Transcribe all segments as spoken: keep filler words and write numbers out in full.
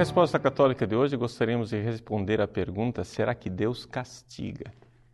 Resposta Católica de hoje, gostaríamos de responder à pergunta: será que Deus castiga?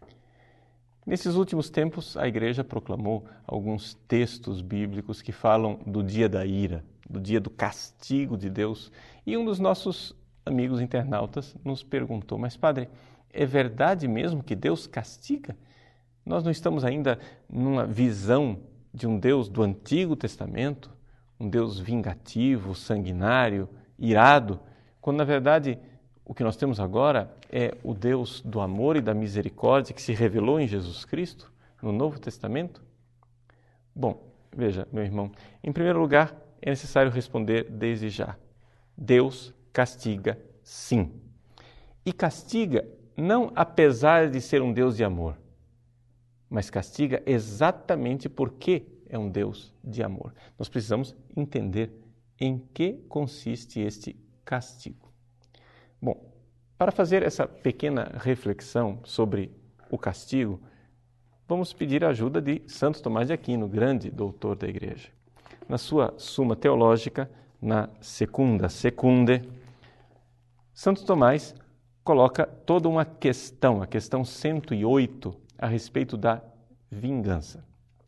Nesses últimos tempos, a Igreja proclamou alguns textos bíblicos que falam do dia da ira, do dia do castigo de Deus. E um dos nossos amigos internautas nos perguntou: mas padre, é verdade mesmo que Deus castiga? Nós não estamos ainda numa visão de um Deus do Antigo Testamento, um Deus vingativo, sanguinário, irado, quando na verdade o que nós temos agora é o Deus do amor e da misericórdia que se revelou em Jesus Cristo, no Novo Testamento? Bom, veja, meu irmão, em primeiro lugar é necessário responder desde já: Deus castiga sim. E castiga não apesar de ser um Deus de amor, mas castiga exatamente porque é um Deus de amor. Nós precisamos entender em que consiste este castigo. Bom, para fazer essa pequena reflexão sobre o castigo, vamos pedir a ajuda de Santo Tomás de Aquino, grande doutor da Igreja. Na sua Suma Teológica, na Secunda Secunde, Santo Tomás coloca toda uma questão, a questão cento e oito, a respeito da vingança.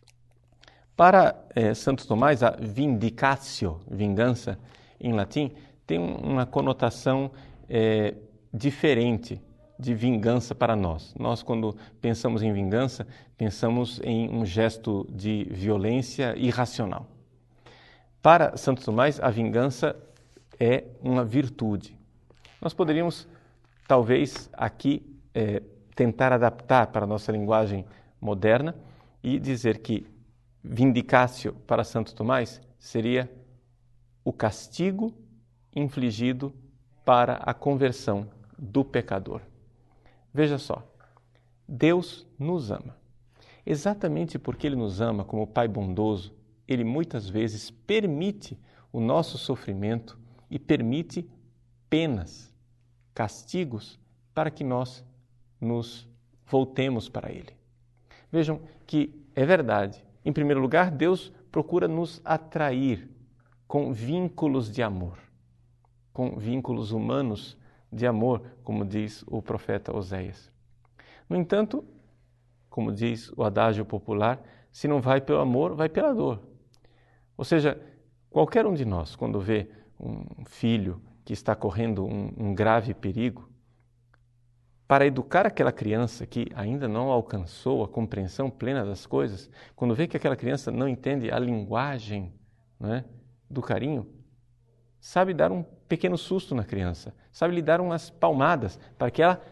Para eh, Santo Tomás, a vindicatio, vingança, em latim, tem uma conotação eh, diferente de vingança para nós. Nós, quando pensamos em vingança, pensamos em um gesto de violência irracional. Para Santo Tomás, a vingança é uma virtude. Nós poderíamos, talvez, aqui eh, tentar adaptar para a nossa linguagem moderna e dizer que vindicatio para Santo Tomás seria o castigo infligido para a conversão do pecador. Veja só, Deus nos ama. Exatamente porque Ele nos ama como Pai bondoso, Ele muitas vezes permite o nosso sofrimento e permite penas, castigos, para que nós nos voltemos para Ele. Vejam que é verdade. Em primeiro lugar, Deus procura nos atrair com vínculos de amor, com vínculos humanos de amor, como diz o profeta Oséias. No entanto, como diz o adágio popular, se não vai pelo amor, vai pela dor. Ou seja, qualquer um de nós, quando vê um filho que está correndo um, um grave perigo, para educar aquela criança que ainda não alcançou a compreensão plena das coisas, quando vê que aquela criança não entende a linguagem, né, do carinho, sabe dar um pequeno susto na criança, sabe lhe dar umas palmadas para que ela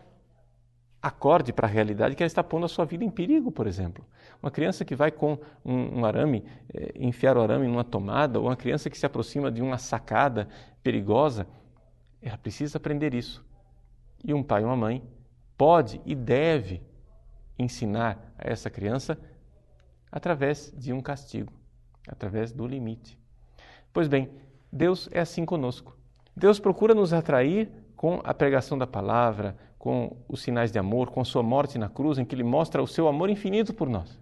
acorde para a realidade que ela está pondo a sua vida em perigo, por exemplo. Uma criança que vai com um, um arame, eh, enfiar o arame numa tomada, ou uma criança que se aproxima de uma sacada perigosa, ela precisa aprender isso. E um pai e uma mãe pode e deve ensinar a essa criança através de um castigo, através do limite. Pois bem, Deus é assim conosco. Deus procura nos atrair com a pregação da palavra, com os sinais de amor, com a sua morte na cruz, em que Ele mostra o seu amor infinito por nós.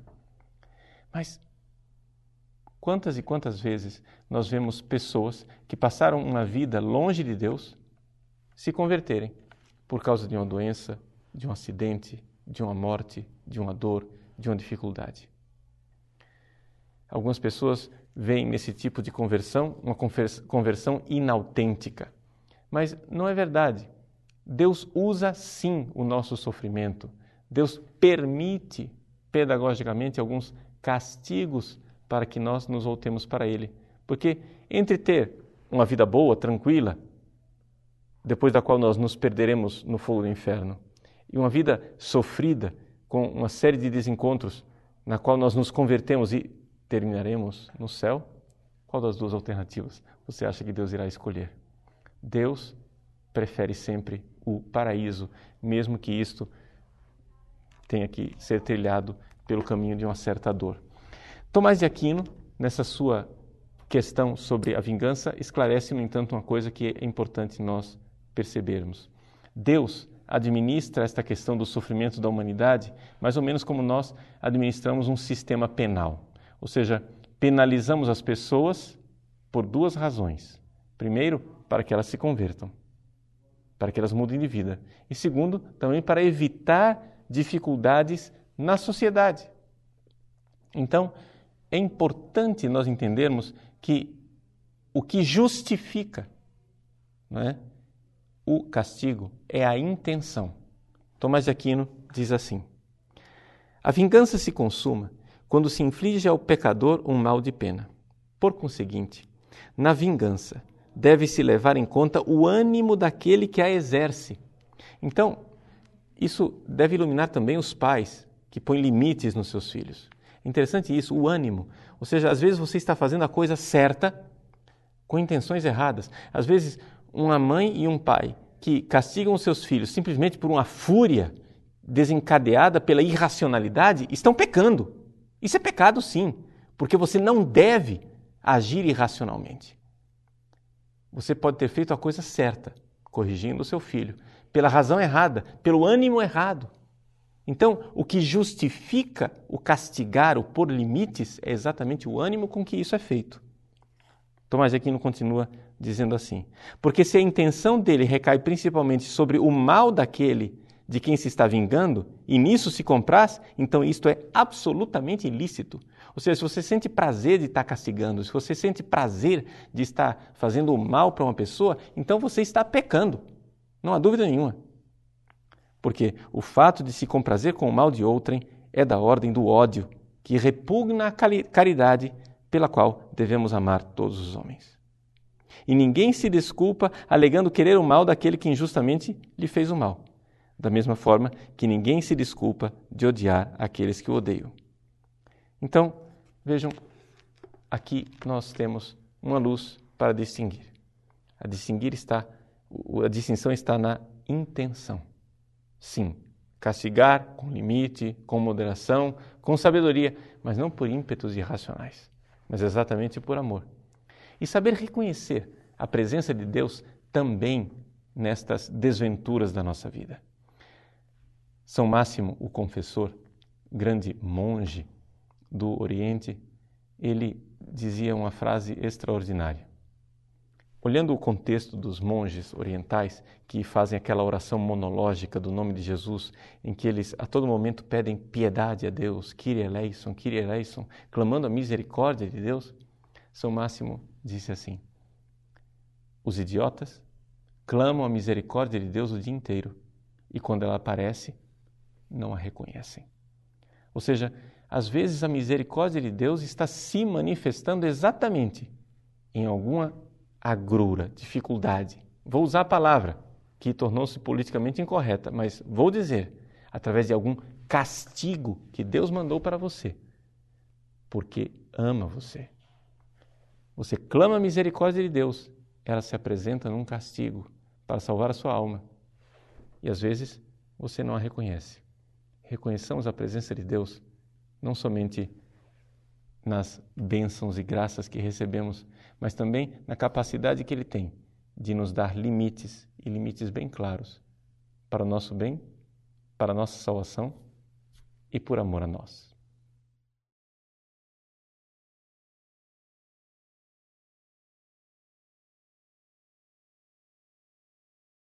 Mas quantas e quantas vezes nós vemos pessoas que passaram uma vida longe de Deus se converterem por causa de uma doença, de um acidente, de uma morte, de uma dor, de uma dificuldade. Algumas pessoas veem nesse tipo de conversão uma conversão inautêntica. Mas não é verdade. Deus usa sim o nosso sofrimento. Deus permite pedagogicamente alguns castigos para que nós nos voltemos para Ele. Porque entre ter uma vida boa, tranquila, depois da qual nós nos perderemos no fogo do inferno, e uma vida sofrida, com uma série de desencontros, na qual nós nos convertemos e terminaremos no céu, qual das duas alternativas você acha que Deus irá escolher? Deus prefere sempre o paraíso, mesmo que isto tenha que ser trilhado pelo caminho de uma certa dor. Tomás de Aquino, nessa sua questão sobre a vingança, esclarece, no entanto, uma coisa que é importante nós percebermos. Deus administra esta questão do sofrimento da humanidade mais ou menos como nós administramos um sistema penal. Ou seja, penalizamos as pessoas por duas razões. Primeiro, para que elas se convertam. para que elas mudem de vida. E segundo, também para evitar dificuldades na sociedade. Então, é importante nós entendermos que o que justifica, não é, o castigo é a intenção. Tomás de Aquino diz assim: a vingança se consuma quando se inflige ao pecador um mal de pena. Por conseguinte, na vingança deve-se levar em conta o ânimo daquele que a exerce. Então, isso deve iluminar também os pais que põem limites nos seus filhos. Interessante isso, o ânimo. Ou seja, às vezes você está fazendo a coisa certa com intenções erradas. Às vezes, uma mãe e um pai que castigam os seus filhos simplesmente por uma fúria desencadeada pela irracionalidade, estão pecando. Isso é pecado, sim, porque você não deve agir irracionalmente. Você pode ter feito a coisa certa, corrigindo o seu filho, pela razão errada, pelo ânimo errado. Então, o que justifica o castigar, o pôr limites, é exatamente o ânimo com que isso é feito. Tomás de Aquino continua dizendo assim: porque se a intenção dele recai principalmente sobre o mal daquele de quem se está vingando, e nisso se compraz, então isto é absolutamente ilícito. Ou seja, se você sente prazer de estar castigando, se você sente prazer de estar fazendo o mal para uma pessoa, então você está pecando. Não há dúvida nenhuma. Porque o fato de se comprazer com o mal de outrem é da ordem do ódio, que repugna a caridade pela qual devemos amar todos os homens. E ninguém se desculpa alegando querer o mal daquele que injustamente lhe fez o mal. Da mesma forma que ninguém se desculpa de odiar aqueles que o odeiam. Então, vejam, aqui nós temos uma luz para distinguir. A distinguir está, a distinção está na intenção. Sim, castigar com limite, com moderação, com sabedoria, mas não por ímpetos irracionais, mas exatamente por amor. E saber reconhecer a presença de Deus também nestas desventuras da nossa vida. São Máximo, o confessor, grande monge do Oriente, ele dizia uma frase extraordinária. Olhando o contexto dos monges orientais que fazem aquela oração monológica do nome de Jesus, em que eles a todo momento pedem piedade a Deus, Kyrie eleison, Kyrie eleison, clamando a misericórdia de Deus, São Máximo disse assim: os idiotas clamam a misericórdia de Deus o dia inteiro e quando ela aparece, não a reconhecem. Ou seja, às vezes a misericórdia de Deus está se manifestando exatamente em alguma agrura, dificuldade. Vou usar a palavra que tornou-se politicamente incorreta, mas vou dizer, através de algum castigo que Deus mandou para você, porque ama você. Você clama a misericórdia de Deus, ela se apresenta num castigo para salvar a sua alma. E às vezes você não a reconhece. Reconheçamos a presença de Deus não somente nas bênçãos e graças que recebemos, mas também na capacidade que Ele tem de nos dar limites, e limites bem claros, para o nosso bem, para a nossa salvação e por amor a nós.